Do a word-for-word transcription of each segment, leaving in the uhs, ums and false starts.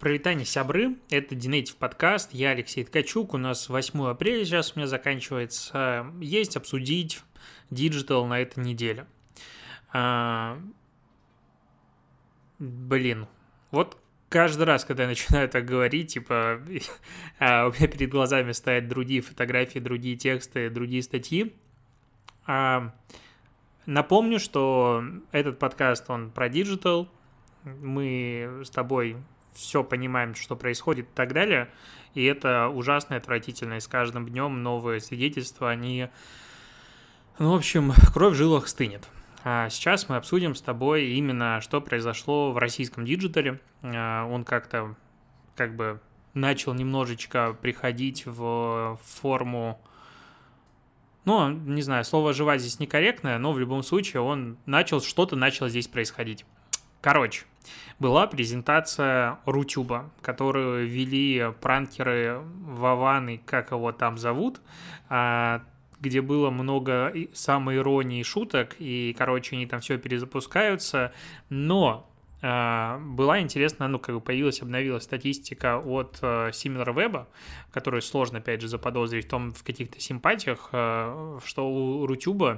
Привет, сябры, это Динейтив подкаст, я Алексей Ткачук, у нас восьмое апреля сейчас у меня заканчивается, есть обсудить диджитал на этой неделе. А, блин, вот каждый раз, когда я начинаю так говорить, типа, у меня перед глазами стоят другие фотографии, другие тексты, другие статьи. А, напомню, что этот подкаст, он про диджитал, мы с тобой все понимаем, что происходит и так далее, и это ужасно и отвратительно, и с каждым днем новые свидетельства, они, ну, в общем, кровь в жилах стынет. А сейчас мы обсудим с тобой именно, что произошло в российском диджитале. Он как-то, как бы, начал немножечко приходить в форму, ну, не знаю, слово «оживать» здесь некорректное, но в любом случае он начал, что-то начало здесь происходить. Короче, была презентация Рутюба, которую вели пранкеры Вованы, как его там зовут, где было много самоиронии и шуток, и, короче, они там все перезапускаются, но была интересна, ну, как бы появилась, обновилась статистика от SimilarWeb, которую сложно, опять же, заподозрить в том, в каких-то симпатиях, что у Рутюба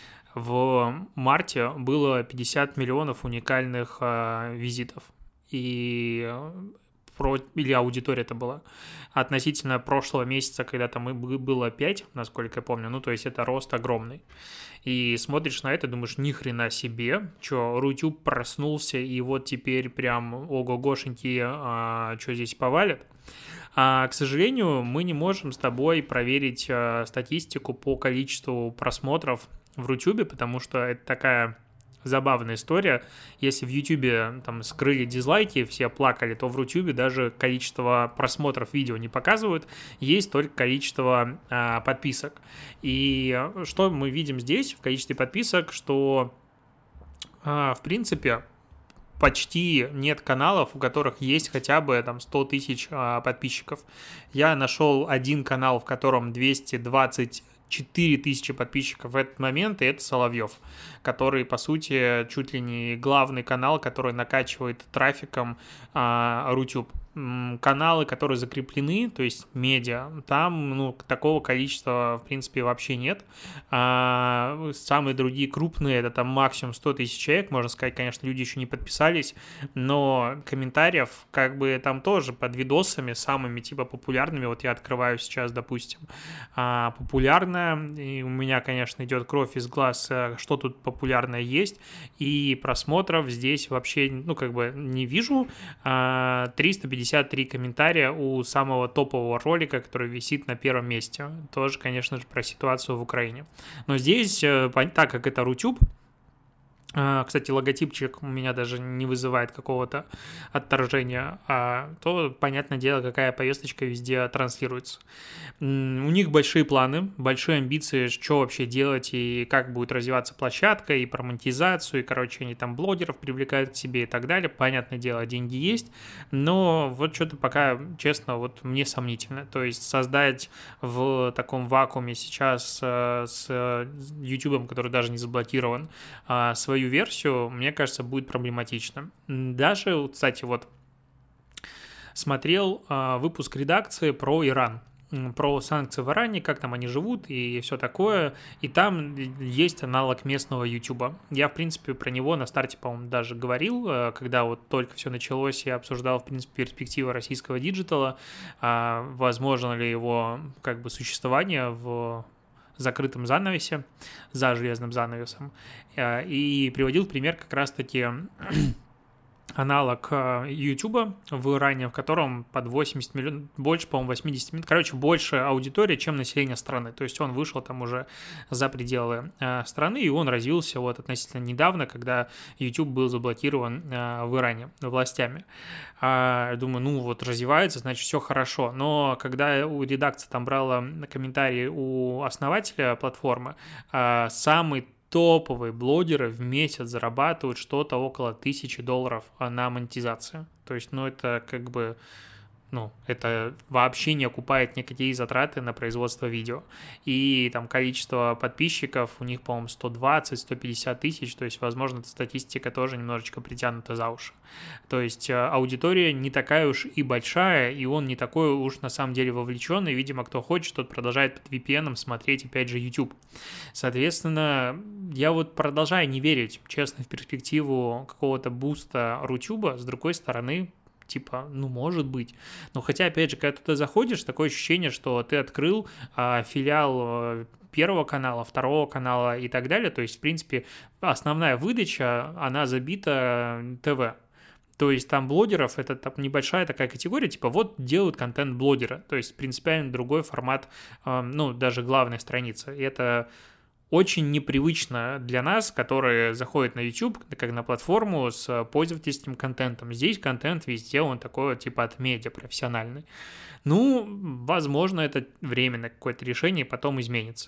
в марте было пятьдесят миллионов уникальных э, визитов, и про, или аудитория это была, относительно прошлого месяца, когда там было пять, насколько я помню, ну, то есть это рост огромный. И смотришь на это, думаешь, ни хрена себе, что Рутюб проснулся, и вот теперь прям ого-гошеньки, а, что здесь повалит. А, к сожалению, мы не можем с тобой проверить а, статистику по количеству просмотров в Рутюбе, потому что это такая забавная история. Если в Ютубе там скрыли дизлайки, все плакали, то в Рутюбе даже количество просмотров видео не показывают, есть только количество а, подписок. И что мы видим здесь в количестве подписок, что а, в принципе почти нет каналов, у которых есть хотя бы там сто тысяч а, подписчиков. Я нашел один канал, в котором двести двадцать четыре тысячи подписчиков в этот момент, и это Соловьев, который, по сути, чуть ли не главный канал, который накачивает трафиком а, Рутюб. Каналы, которые закреплены, то есть медиа, там, ну, такого количества, в принципе, вообще нет. А, самые другие крупные, это там максимум сто тысяч человек, можно сказать, конечно, люди еще не подписались, но комментариев, как бы, там тоже под видосами самыми, типа, популярными, вот я открываю сейчас, допустим, а, популярное, и у меня, конечно, идет кровь из глаз, что тут популярное есть, и просмотров здесь вообще, ну, как бы, не вижу. а, триста пятьдесят три комментария у самого топового ролика, который висит на первом месте. Тоже, конечно же, про ситуацию в Украине. Но здесь, так как это Рутюб, кстати, логотипчик у меня даже не вызывает какого-то отторжения, а то, понятное дело, какая повесточка везде транслируется. У них большие планы, большие амбиции, что вообще делать и как будет развиваться площадка, и про монетизацию, и, короче, они там блогеров привлекают к себе и так далее. Понятное дело, деньги есть, но вот что-то пока, честно, вот мне сомнительно. То есть создать в таком вакууме сейчас с YouTube, который даже не заблокирован, свою версию, мне кажется, будет проблематично. Даже, кстати, вот смотрел э, выпуск редакции про Иран, про санкции в Иране, как там они живут и все такое, и там есть аналог местного Ютуба. Я, в принципе, про него на старте, по-моему, даже говорил, э, когда вот только все началось, я обсуждал, в принципе, перспективы российского диджитала, э, возможно ли его, как бы, существование в закрытом занавесе, за железным занавесом, и приводил в пример как раз-таки аналог YouTube в Иране, в котором под восемьдесят миллионов, больше, по-моему, восемьдесят миллионов, короче, больше аудитория, чем население страны, то есть он вышел там уже за пределы э, страны, и он развился вот относительно недавно, когда YouTube был заблокирован э, в Иране властями. А, думаю, ну вот развивается, значит, все хорошо, но когда у редакции там брала комментарии у основателя платформы, э, самый топовые блогеры в месяц зарабатывают что-то около тысячи долларов на монетизацию. То есть, ну, это как бы, Ну, это вообще не окупает никакие затраты на производство видео. И там количество подписчиков у них, по-моему, сто двадцать - сто пятьдесят тысяч, то есть, возможно, эта статистика тоже немножечко притянута за уши. То есть аудитория не такая уж и большая, и он не такой уж на самом деле вовлеченный. Видимо, кто хочет, тот продолжает под ви пи эн смотреть, опять же, YouTube. Соответственно, я вот продолжаю не верить, честно, в перспективу какого-то буста Рутюба. С другой стороны, типа, ну, может быть. Но хотя, опять же, когда ты туда заходишь, такое ощущение, что ты открыл а, филиал первого канала, второго канала и так далее. То есть, в принципе, основная выдача, она забита ТВ. То есть там блогеров, это там небольшая такая категория, типа вот делают контент блогера. То есть принципиально другой формат, э, ну, даже главной страницы. И это очень непривычно для нас, которые заходят на YouTube, как на платформу с пользовательским контентом. Здесь контент везде, он такой типа от медиа профессиональный. Ну, возможно, это временное какое-то решение, потом изменится.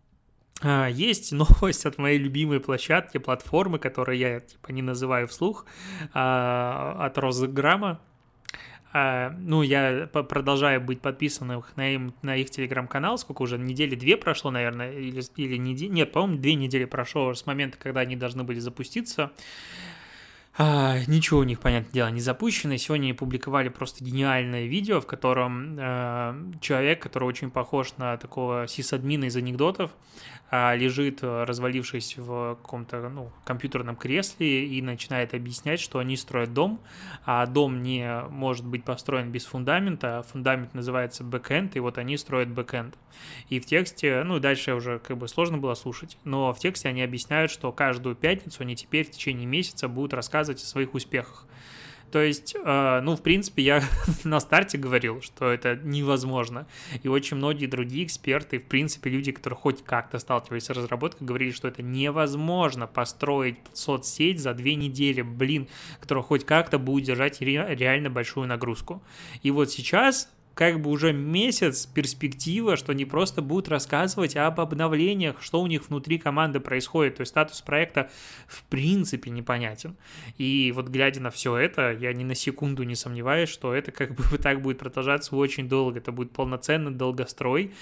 Есть новость от моей любимой площадки, платформы, которую я типа не называю вслух, от Розграма. Uh, ну, я продолжаю быть подписанным на, им, на их телеграм-канал, сколько уже, недели две прошло, наверное, или, или недели, нет, по-моему, две недели прошло с момента, когда они должны были запуститься. Uh, ничего у них, понятное дело, не запущено. Сегодня они публиковали просто гениальное видео, в котором uh, человек, который очень похож на такого сисадмина из анекдотов, uh, лежит, развалившись в каком-то ну, компьютерном кресле и начинает объяснять, что они строят дом, а дом не может быть построен без фундамента, а фундамент называется бэкэнд, и вот они строят бэкэнд. И в тексте, ну, дальше уже как бы сложно было слушать, но в тексте они объясняют, что каждую пятницу они теперь в течение месяца будут рассказывать о своих успехах. То есть, э, ну, в принципе, я на старте говорил, что это невозможно. И очень многие другие эксперты, в принципе, люди, которые хоть как-то сталкивались с разработкой, говорили, что это невозможно построить соцсеть за две недели, блин, которая хоть как-то будет держать ре- реально большую нагрузку. И вот сейчас как бы уже месяц перспектива, что они просто будут рассказывать об обновлениях, что у них внутри команды происходит. То есть статус проекта в принципе непонятен. И вот глядя на все это, я ни на секунду не сомневаюсь, что это как бы так будет продолжаться очень долго. Это будет полноценный долгострой,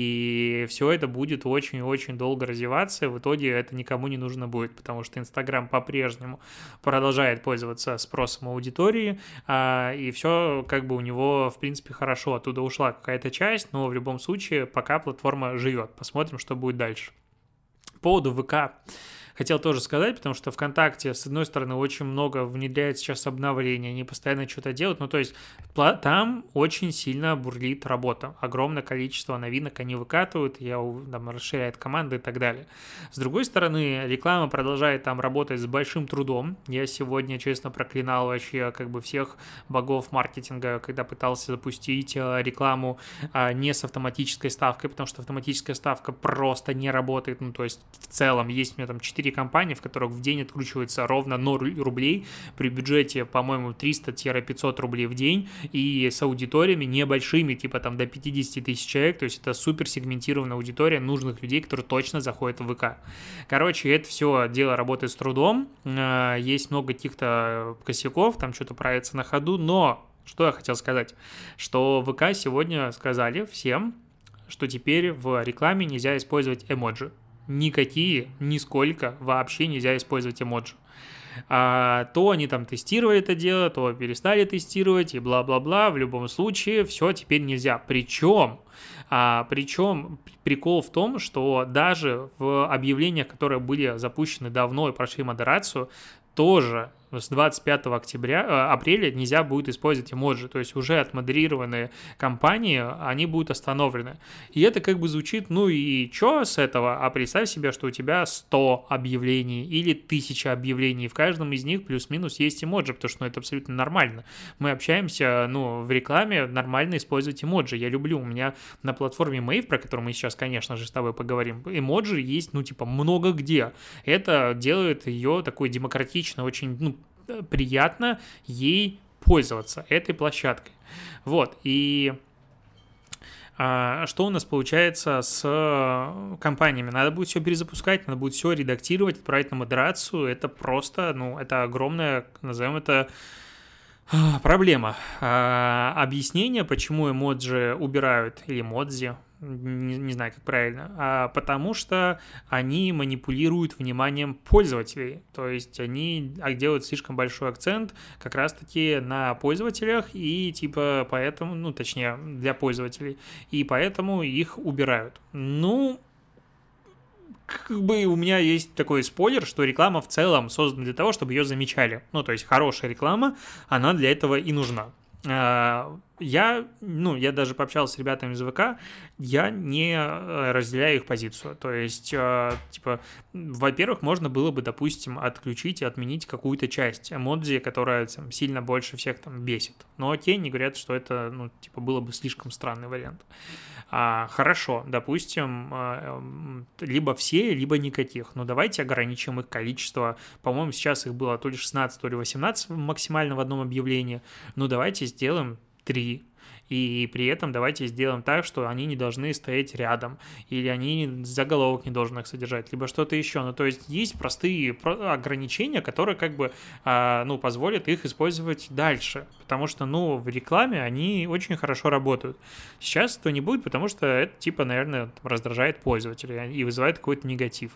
и все это будет очень-очень долго развиваться, и в итоге это никому не нужно будет, потому что Инстаграм по-прежнему продолжает пользоваться спросом аудитории, и все как бы у него в принципе хорошо. Оттуда ушла какая-то часть, но в любом случае пока платформа живет. Посмотрим, что будет дальше. По поводу ВК хотел тоже сказать, потому что ВКонтакте, с одной стороны, очень много внедряет сейчас обновлений, они постоянно что-то делают, ну, то есть там очень сильно бурлит работа, огромное количество новинок они выкатывают, я, там, расширяет команды и так далее. С другой стороны, реклама продолжает там работать с большим трудом. Я сегодня, честно, проклинал вообще как бы всех богов маркетинга, когда пытался запустить рекламу не с автоматической ставкой, потому что автоматическая ставка просто не работает, ну, то есть в целом есть у меня там четыре компании, в которых в день откручивается ровно ноль рублей при бюджете, по-моему, триста-пятьсот рублей в день и с аудиториями небольшими, типа там до пятьдесят тысяч человек, то есть это супер сегментированная аудитория нужных людей, которые точно заходят в ВК. Короче, это все дело работает с трудом, есть много каких-то косяков, там что-то правится на ходу, но что я хотел сказать, что ВК сегодня сказали всем, что теперь в рекламе нельзя использовать эмоджи. Никакие, нисколько, вообще нельзя использовать эмоджи. А, то они там тестировали это дело, то перестали тестировать и бла-бла-бла. В любом случае, все теперь нельзя. Причем, а, причем прикол в том, что даже в объявлениях, которые были запущены давно и прошли модерацию, тоже с двадцать пятого октября, апреля нельзя будет использовать эмоджи, то есть уже отмодерированные кампании, они будут остановлены. И это как бы звучит, ну и чё с этого? А представь себе, что у тебя сто объявлений или тысяча объявлений, в каждом из них плюс-минус есть эмоджи, потому что ну, это абсолютно нормально. Мы общаемся, ну, в рекламе нормально использовать эмоджи. Я люблю, у меня на платформе Mave, про которую мы сейчас, конечно же, с тобой поговорим, эмоджи есть, ну, типа, много где. Это делает ее такой демократичной, очень, ну, приятно ей пользоваться этой площадкой. Вот, и а, что у нас получается с компаниями? Надо будет все перезапускать, надо будет все редактировать, отправить на модерацию. Это просто, ну, это огромное, назовем это, Проблема. А, объяснение, почему эмоджи убирают, или модзи, не, не знаю, как правильно, а, потому что они манипулируют вниманием пользователей, то есть они делают слишком большой акцент как раз-таки на пользователях, и типа поэтому, ну, точнее, для пользователей, и поэтому их убирают. Ну, как бы у меня есть такой спойлер, что реклама в целом создана для того, чтобы ее замечали. Ну, то есть хорошая реклама, она для этого и нужна. Я, ну, я даже пообщался с ребятами из ВК, я не разделяю их позицию. То есть, типа, во-первых, можно было бы, допустим, отключить и отменить какую-то часть эмодзи, которая там, сильно больше всех там бесит. Но те не говорят, что это, ну, типа, было бы слишком странный вариант. А, хорошо, допустим, либо все, либо никаких. Но давайте ограничим их количество. По-моему, сейчас их было то ли шестнадцать, то ли восемнадцать максимально в одном объявлении. Ну, давайте сделаем три. И при этом давайте сделаем так, что они не должны стоять рядом, или они заголовок не должен их содержать, либо что-то еще. Ну, то есть есть простые ограничения, которые как бы, ну, позволят их использовать дальше, потому что, ну, в рекламе они очень хорошо работают. Сейчас этого не будет, потому что это, типа, наверное, раздражает пользователя и вызывает какой-то негатив.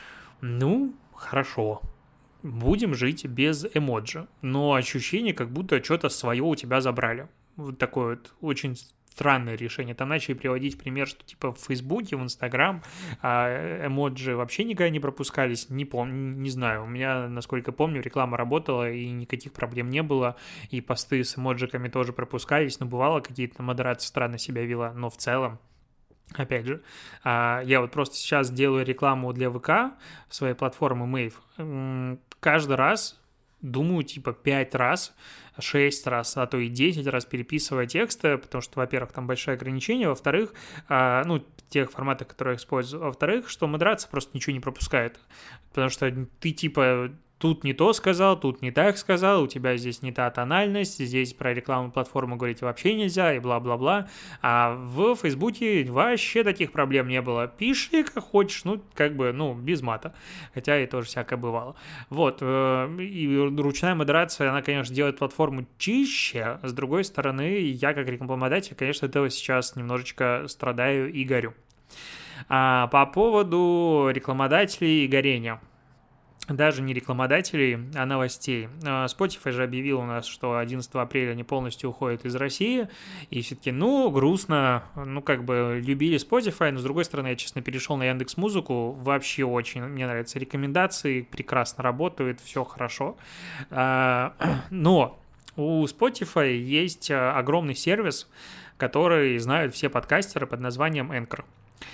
Ну, хорошо. Будем жить без эмоджи, но ощущение, как будто что-то свое у тебя забрали. Вот такое вот очень странное решение. Там начали приводить пример, что типа в Фейсбуке, в Инстаграм а эмоджи вообще никогда не пропускались. Не помню, не знаю. У меня, насколько помню, реклама работала, и никаких проблем не было. И посты с эмоджиками тоже пропускались. Но бывало, какие-то модерация странно себя вела. Но в целом, опять же, я вот просто сейчас делаю рекламу для ВК, своей платформы Mave. Каждый раз думаю, типа, пять раз, шесть раз, а то и десять раз переписывая тексты, потому что, во-первых, там большие ограничения, во-вторых, ну, тех форматах, которые я использую, во-вторых, что модерация просто ничего не пропускает, потому что ты, типа, тут не то сказал, тут не так сказал, у тебя здесь не та тональность, здесь про рекламную платформу говорить вообще нельзя и бла-бла-бла. А в Фейсбуке вообще таких проблем не было. Пиши как хочешь, ну, как бы, ну, без мата. Хотя и тоже всякое бывало. Вот. И ручная модерация, она, конечно, делает платформу чище. С другой стороны, я как рекламодатель, конечно, этого сейчас немножечко страдаю и горю. А по поводу рекламодателей и горения. Даже не рекламодателей, а новостей. Spotify же объявил у нас, что одиннадцатого апреля они полностью уходят из России, и все-таки, ну, грустно, ну, как бы любили Spotify, но, с другой стороны, я, честно, перешел на Яндекс.Музыку, вообще очень, мне нравятся рекомендации, прекрасно работают, все хорошо, но у Spotify есть огромный сервис, который знают все подкастеры под названием Anchor.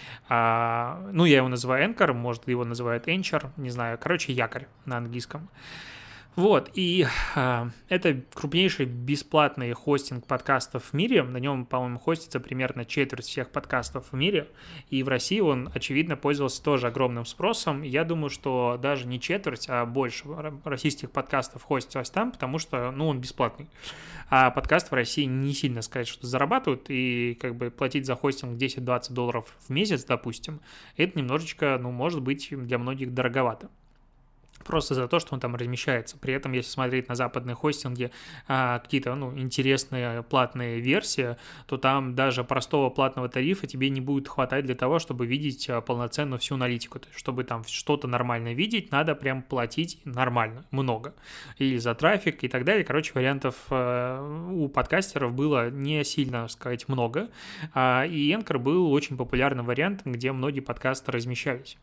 А, ну, я его называю Anchor, может, его называют Anchor, не знаю, короче, якорь на английском. Вот, и а, это крупнейший бесплатный хостинг подкастов в мире, на нем, по-моему, хостится примерно четверть всех подкастов в мире, и в России он, очевидно, пользовался тоже огромным спросом. Я думаю, что даже не четверть, а больше российских подкастов хостилось там, потому что, ну, он бесплатный. А подкаст в России не сильно сказать, что зарабатывают, и как бы платить за хостинг десять-двадцать долларов в месяц, допустим, это немножечко, ну, может быть, для многих дороговато. Просто за то, что он там размещается. При этом, если смотреть на западные хостинги а, какие-то, ну, интересные платные версии, то там даже простого платного тарифа тебе не будет хватать для того, чтобы видеть полноценную всю аналитику. То есть, чтобы там что-то нормально видеть, надо прям платить нормально, много. Или за трафик и так далее. Короче, вариантов а, у подкастеров было не сильно, так сказать, много. А, и Anchor был очень популярным вариантом, где многие подкасты размещались.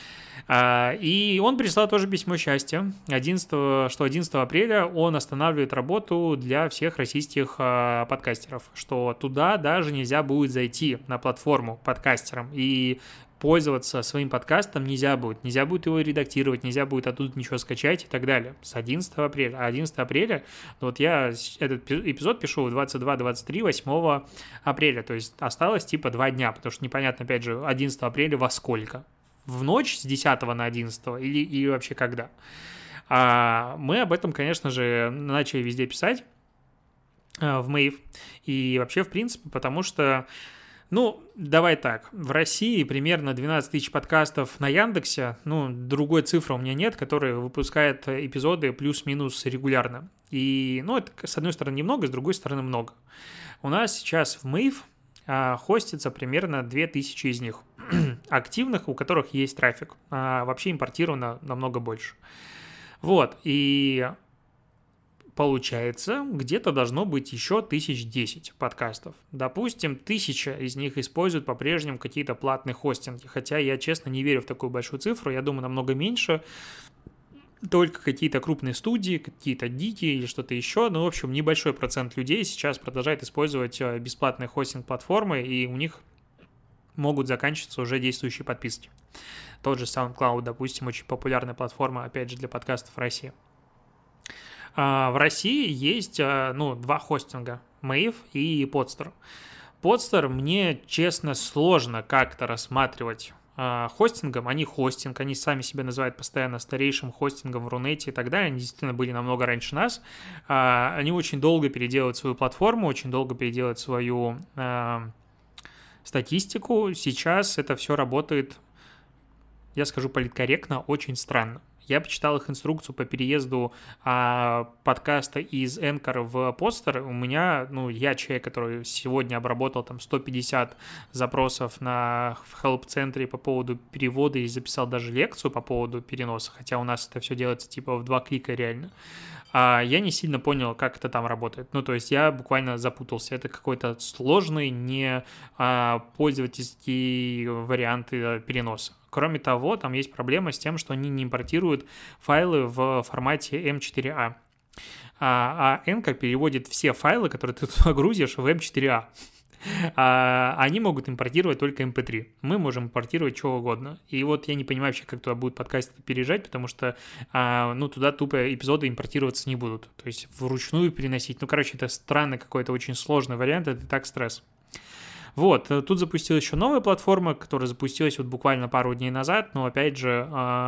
И он прислал тоже письмо счастья, одиннадцатого, что одиннадцатого апреля он останавливает работу для всех российских подкастеров, что туда даже нельзя будет зайти на платформу подкастерам и пользоваться своим подкастом нельзя будет, нельзя будет его редактировать, нельзя будет оттуда ничего скачать и так далее. С одиннадцатого апреля. А одиннадцатого апреля, вот я этот эпизод пишу двадцать два двадцать три, восьмого апреля, то есть осталось типа два дня, потому что непонятно, опять же, одиннадцатого апреля во сколько. В ночь с десятого на одиннадцатое или, или вообще когда. А мы об этом, конечно же, начали везде писать а, в Mave и вообще, в принципе, потому что, ну, давай так, в России примерно двенадцать тысяч подкастов на Яндексе, ну, другой цифры у меня нет, которые выпускают эпизоды плюс-минус регулярно. И, ну, это, с одной стороны, немного, с другой стороны, много. У нас сейчас в Mave а, хостится примерно две тысячи из них активных, у которых есть трафик. А вообще импортировано намного больше. Вот, и получается, где-то должно быть еще тысяч десять подкастов. Допустим, тысяча из них используют по-прежнему какие-то платные хостинги, хотя я, честно, не верю в такую большую цифру, я думаю, намного меньше. Только какие-то крупные студии, какие-то дикие или что-то еще. Ну, в общем, небольшой процент людей сейчас продолжает использовать бесплатные хостинг-платформы, и у них могут заканчиваться уже действующие подписки. Тот же SoundCloud, допустим, очень популярная платформа, опять же, для подкастов в России. В России есть, ну, два хостинга, Mave и Podster. Podster мне, честно, сложно как-то рассматривать хостингом, они хостинг, они сами себя называют постоянно старейшим хостингом в Рунете и так далее, они действительно были намного раньше нас, они очень долго переделывают свою платформу, очень долго переделывают свою статистику, сейчас это все работает, я скажу политкорректно, очень странно. Я почитал их инструкцию по переезду а, подкаста из Anchor в Podster. У меня, ну, я человек, который сегодня обработал там сто пятьдесят запросов на в help-центре по поводу перевода и записал даже лекцию по поводу переноса, хотя у нас это все делается типа в два клика реально. А я не сильно понял, как это там работает. Ну, то есть я буквально запутался. Это какой-то сложный, не а, пользовательский вариант переноса. Кроме того, там есть проблема с тем, что они не импортируют файлы в формате эм четыре а. А, а Anchor переводит все файлы, которые ты туда грузишь, в эм четыре а. А они могут импортировать только эм пэ три. Мы можем импортировать что угодно. И вот я не понимаю вообще, как туда будут подкасты переезжать, потому что а, ну, туда тупо эпизоды импортироваться не будут. То есть вручную переносить. Ну, короче, это странный какой-то очень сложный вариант, это так стресс. Вот, тут запустилась еще новая платформа, которая запустилась вот буквально пару дней назад, но опять же,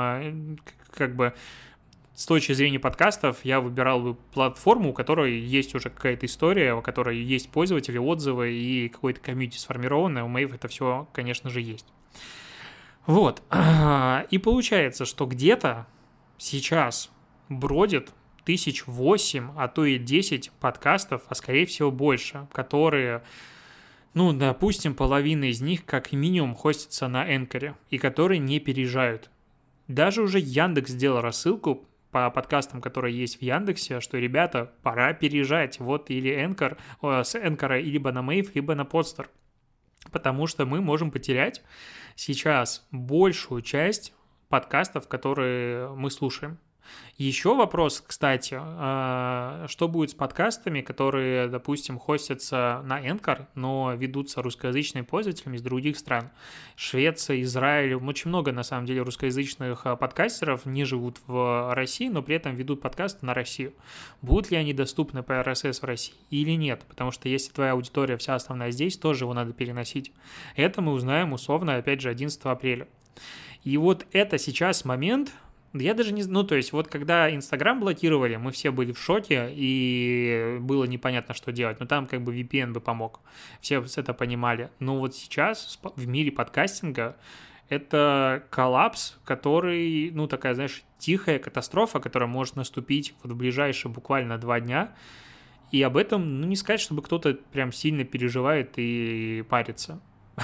как бы с точки зрения подкастов я выбирал платформу, у которой есть уже какая-то история, у которой есть пользователи, отзывы и какой-то комьюнити сформированное, у Mave это все, конечно же, есть. Вот, и получается, что где-то сейчас бродит тысяч восемь, а то и десять подкастов, а скорее всего больше, которые... Ну, допустим, половина из них как минимум хостится на Anchor, и которые не переезжают. Даже уже Яндекс сделал рассылку по подкастам, которые есть в Яндексе, что, ребята, пора переезжать. Вот или Anchor, с Anchor либо на Mave, либо на Podster. Потому что мы можем потерять сейчас большую часть подкастов, которые мы слушаем. Еще вопрос, кстати, что будет с подкастами, которые, допустим, хостятся на Anchor, но ведутся русскоязычными пользователями из других стран. Швеция, Израиль, очень много, на самом деле, русскоязычных подкастеров не живут в России, но при этом ведут подкасты на Россию. Будут ли они доступны по эр эс эс в России или нет? Потому что если твоя аудитория вся основная здесь, тоже его надо переносить. Это мы узнаем условно, опять же, одиннадцатого апреля. И вот это сейчас момент... Я даже не знаю, ну, то есть, вот когда Инстаграм блокировали, мы все были в шоке, и было непонятно, что делать. Но там как бы ви пи эн бы помог. Все это понимали. Но вот сейчас в мире подкастинга это коллапс, который, ну, такая, знаешь, тихая катастрофа, которая может наступить вот в ближайшие буквально два дня. И об этом, ну, не сказать, чтобы кто-то прям сильно переживает и парится.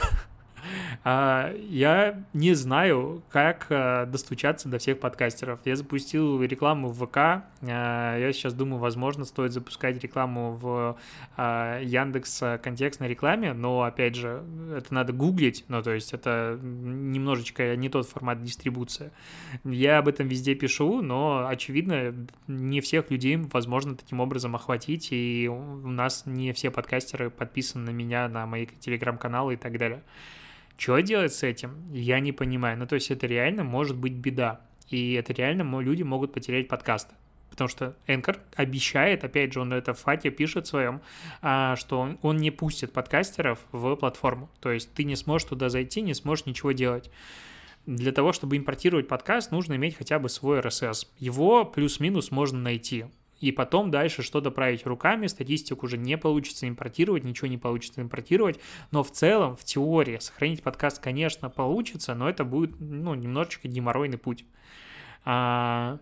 Я не знаю, как достучаться до всех подкастеров. Я запустил рекламу в ВК. Я сейчас думаю, возможно, стоит запускать рекламу в Яндекс контекстной рекламе, но, опять же, это надо гуглить, ну, то есть это немножечко не тот формат дистрибуции. Я об этом везде пишу, но, очевидно, не всех людей возможно таким образом охватить, и у нас не все подкастеры подписаны на меня, на мои телеграм-каналы и так далее. Что делать с этим, я не понимаю. Ну, то есть это реально может быть беда. И это реально люди могут потерять подкасты. Потому что Anchor обещает, опять же, он это в факе пишет в своем, что он, он не пустит подкастеров в платформу. То есть ты не сможешь туда зайти, не сможешь ничего делать. Для того, чтобы импортировать подкаст, нужно иметь хотя бы свой эр эс эс. Его плюс-минус можно найти. И потом дальше что-то править руками, статистику уже не получится импортировать, ничего не получится импортировать, но в целом, в теории, сохранить подкаст, конечно, получится, но это будет, ну, немножечко геморройный путь. А,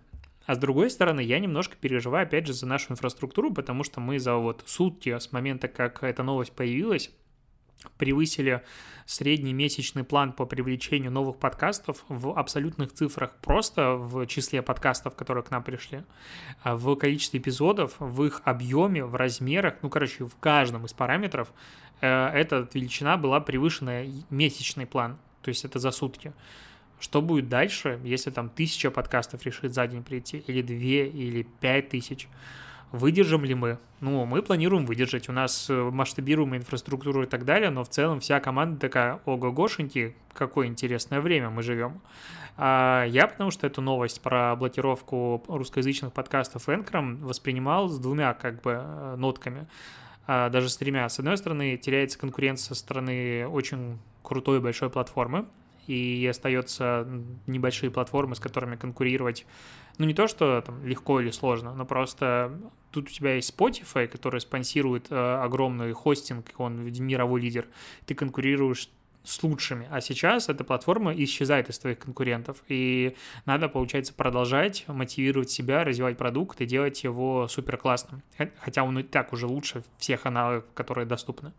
А с другой стороны, я немножко переживаю, опять же, за нашу инфраструктуру, потому что мы за вот сутки с момента, как эта новость появилась, превысили средний месячный план по привлечению новых подкастов в абсолютных цифрах, просто в числе подкастов, которые к нам пришли, в количестве эпизодов, в их объеме, в размерах, ну, короче, в каждом из параметров эта величина была превышена месячный план, то есть это за сутки. Что будет дальше, если там тысяча подкастов решит за день прийти, или две, или пять тысяч? Выдержим ли мы? Ну, мы планируем выдержать. У нас масштабируемая инфраструктура и так далее, но в целом вся команда такая: ого-гошеньки, какое интересное время мы живем. А я, потому что эту новость про блокировку русскоязычных подкастов Anchor воспринимал с двумя как бы нотками, даже с тремя. С одной стороны, теряется конкуренция со стороны очень крутой большой платформы, и остаются небольшие платформы, с которыми конкурировать, ну, не то, что там легко или сложно, но просто тут у тебя есть Spotify, который спонсирует э, огромный хостинг, он мировой лидер, ты конкурируешь с лучшими, а сейчас эта платформа исчезает из твоих конкурентов, и надо, получается, продолжать мотивировать себя, развивать продукт и делать его супер классным, хотя он и так уже лучше всех аналогов, которые доступны.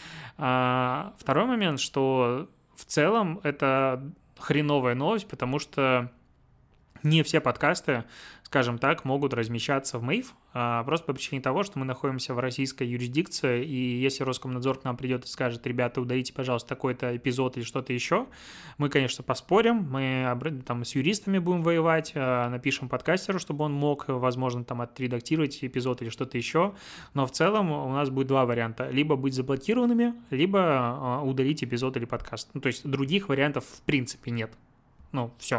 А, второй момент, что в целом это хреновая новость, потому что не все подкасты, скажем так, могут размещаться в Мэйв, просто по причине того, что мы находимся в российской юрисдикции, и если Роскомнадзор к нам придет и скажет: ребята, удалите, пожалуйста, такой-то эпизод или что-то еще, мы, конечно, поспорим, мы там с юристами будем воевать, напишем подкастеру, чтобы он мог, возможно, там отредактировать эпизод или что-то еще, но в целом у нас будет два варианта: либо быть заблокированными, либо удалить эпизод или подкаст. Ну, то есть других вариантов в принципе нет. Ну, все.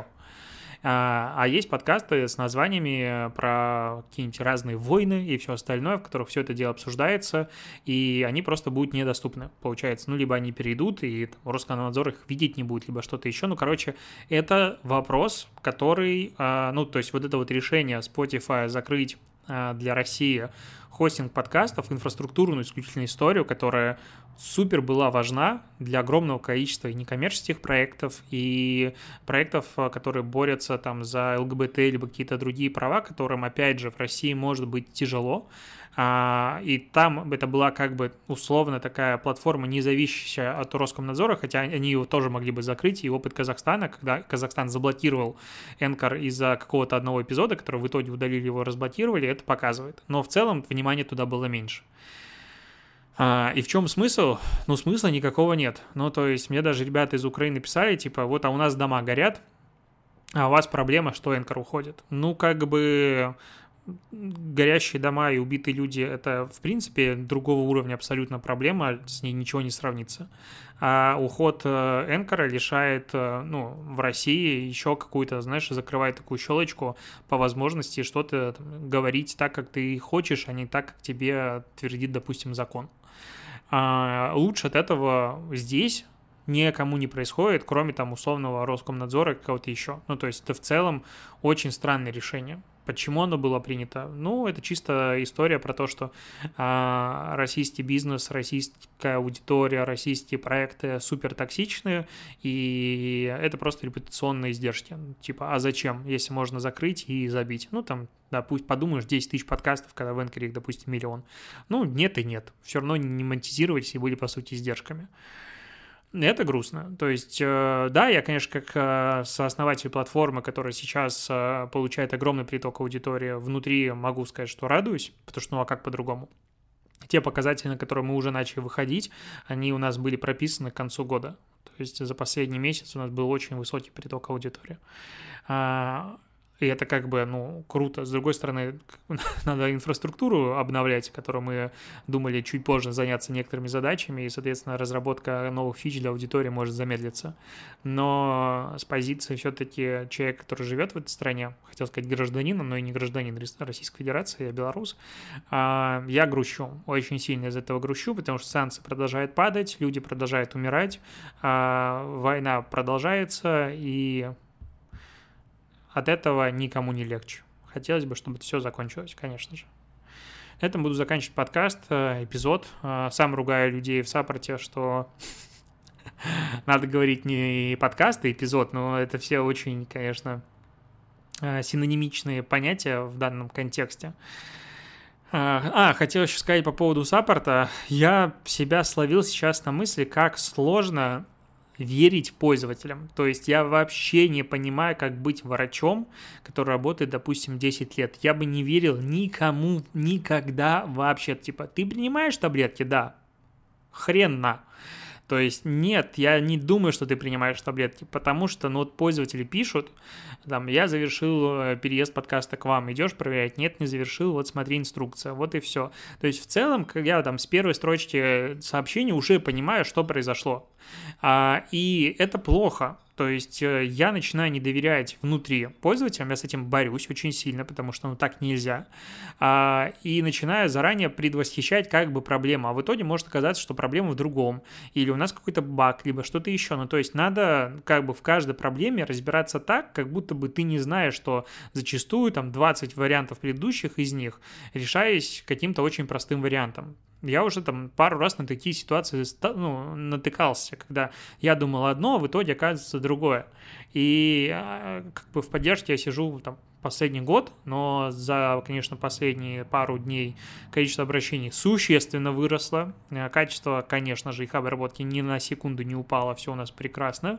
А есть подкасты с названиями про какие-нибудь разные войны и все остальное, в которых все это дело обсуждается, и они просто будут недоступны, получается. Ну, либо они перейдут, и там, Роскомнадзор их видеть не будет, либо что-то еще. Ну, короче, это вопрос, который, ну, то есть вот это вот решение Spotify закрыть для России хостинг подкастов, инфраструктурную исключительно историю, которая супер была важна для огромного количества и некоммерческих проектов, и проектов, которые борются там за ЛГБТ, либо какие-то другие права, которым, опять же, в России может быть тяжело. И там это была как бы условно такая платформа, не зависящая от Роскомнадзора, хотя они его тоже могли бы закрыть. И опыт Казахстана, когда Казахстан заблокировал Anchor из-за какого-то одного эпизода, который в итоге удалили, его разблокировали, это показывает. Но в целом внимания туда было меньше. И в чем смысл? Ну, смысла никакого нет. Ну, то есть мне даже ребята из Украины писали, типа, вот, а у нас дома горят, а у вас проблема, что Anchor уходит. Ну, как бы горящие дома и убитые люди – это, в принципе, другого уровня абсолютно проблема, с ней ничего не сравнится. А уход Anchor лишает, ну, в России еще какую-то, знаешь, закрывает такую щелочку по возможности что-то там говорить так, как ты хочешь, а не так, как тебе твердит, допустим, закон. А лучше от этого здесь никому не происходит, кроме там условного Роскомнадзора какого-то еще. Ну, то есть это в целом очень странное решение. Почему оно было принято? Ну, это чисто история про то, что а, российский бизнес, российская аудитория, российские проекты супер токсичные, и это просто репутационные издержки. Типа, а зачем, если можно закрыть и забить? Ну, там, да, пусть подумаешь, десять тысяч подкастов, когда в Anchor их, допустим, миллион. Ну, нет и нет. Все равно не монетизировались и были, по сути, издержками. Это грустно. То есть, да, я, конечно, как сооснователь платформы, которая сейчас получает огромный приток аудитории, внутри могу сказать, что радуюсь, потому что, ну, а как по-другому? Те показатели, на которые мы уже начали выходить, они у нас были прописаны к концу года. То есть за последний месяц у нас был очень высокий приток аудитории. И это как бы, ну, круто. С другой стороны, надо инфраструктуру обновлять, которую мы думали чуть позже заняться некоторыми задачами, и, соответственно, разработка новых фич для аудитории может замедлиться. Но с позиции все-таки человека, который живет в этой стране, хотел сказать гражданина, но и не гражданин Российской Федерации, я белорус, я грущу, очень сильно из этого грущу, потому что санкции продолжают падать, люди продолжают умирать, война продолжается, и от этого никому не легче. Хотелось бы, чтобы это все закончилось, конечно же. На этом буду заканчивать подкаст, эпизод. Сам ругаю людей в саппорте, что надо говорить не подкаст, а эпизод, но это все очень, конечно, синонимичные понятия в данном контексте. А, хотел еще сказать по поводу саппорта. Я себя словил сейчас на мысли, как сложно верить пользователям. То есть я вообще не понимаю, как быть врачом, который работает, допустим, десять лет. Я бы не верил никому никогда вообще. Типа, ты принимаешь таблетки? Да. Хрен на. То есть нет, я не думаю, что ты принимаешь таблетки, потому что, ну, вот пользователи пишут, там, я завершил переезд подкаста к вам, идешь проверять? Нет, не завершил, вот смотри инструкция, вот и все. То есть в целом, как я там с первой строчки сообщения уже понимаю, что произошло. А, и это плохо. То есть я начинаю не доверять внутри пользователям, я с этим борюсь очень сильно, потому что ну так нельзя, а, и начинаю заранее предвосхищать как бы проблему, а в итоге может оказаться, что проблема в другом, или у нас какой-то баг, либо что-то еще, ну то есть надо как бы в каждой проблеме разбираться так, как будто бы ты не знаешь, что зачастую там двадцать вариантов предыдущих из них, решаясь каким-то очень простым вариантом. Я уже там пару раз на такие ситуации ну, натыкался, когда я думал одно, а в итоге оказывается другое. И как бы в поддержке я сижу там последний год, но за, конечно, последние пару дней количество обращений существенно выросло. Качество, конечно же, их обработки ни на секунду не упало, все у нас прекрасно.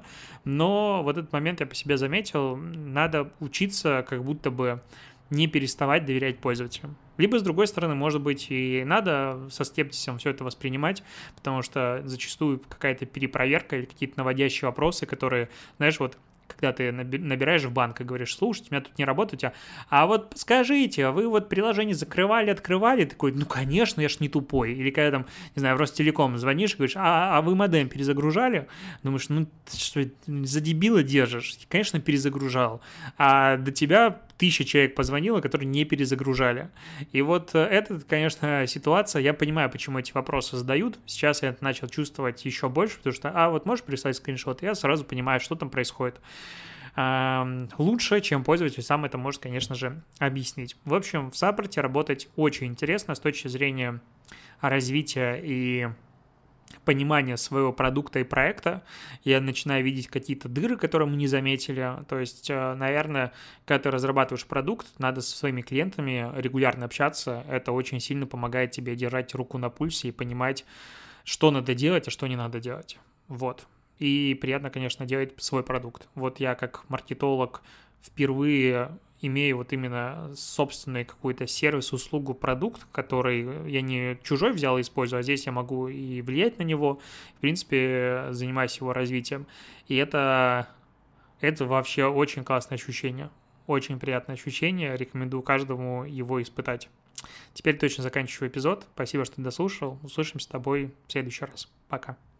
Но в этот момент я по себе заметил, надо учиться как будто бы не переставать доверять пользователям. Либо, с другой стороны, может быть, и надо со скептисом все это воспринимать, потому что зачастую какая-то перепроверка или какие-то наводящие вопросы, которые, знаешь, вот когда ты набираешь в банк и говоришь, слушайте, у меня тут не работает, а, а вот скажите, вы вот приложение закрывали, открывали? Такой, ну, конечно, я ж не тупой. Или когда там, не знаю, в Ростелеком звонишь и говоришь, а, а вы модем перезагружали? Думаешь, ну, ты что, за дебила держишь? Конечно, перезагружал. А до тебя тысяча человек позвонило, которые не перезагружали. И вот эта, конечно, ситуация, я понимаю, почему эти вопросы задают. Сейчас я это начал чувствовать еще больше, потому что, а вот можешь прислать скриншот? Я сразу понимаю, что там происходит. Лучше, чем пользователь сам это может, конечно же, объяснить. В общем, в саппорте работать очень интересно с точки зрения развития и понимания своего продукта и проекта. Я начинаю видеть какие-то дыры, которые мы не заметили. То есть, наверное, когда ты разрабатываешь продукт, надо со своими клиентами регулярно общаться. Это очень сильно помогает тебе держать руку на пульсе и понимать, что надо делать, а что не надо делать. Вот. И приятно, конечно, делать свой продукт. Вот я как маркетолог впервые имею вот именно собственный какой-то сервис, услугу, продукт, который я не чужой взял и использую, а здесь я могу и влиять на него, в принципе, занимаюсь его развитием. И это, это вообще очень классное ощущение, очень приятное ощущение, рекомендую каждому его испытать. Теперь точно заканчиваю эпизод. Спасибо, что дослушал. Услышимся с тобой в следующий раз. Пока.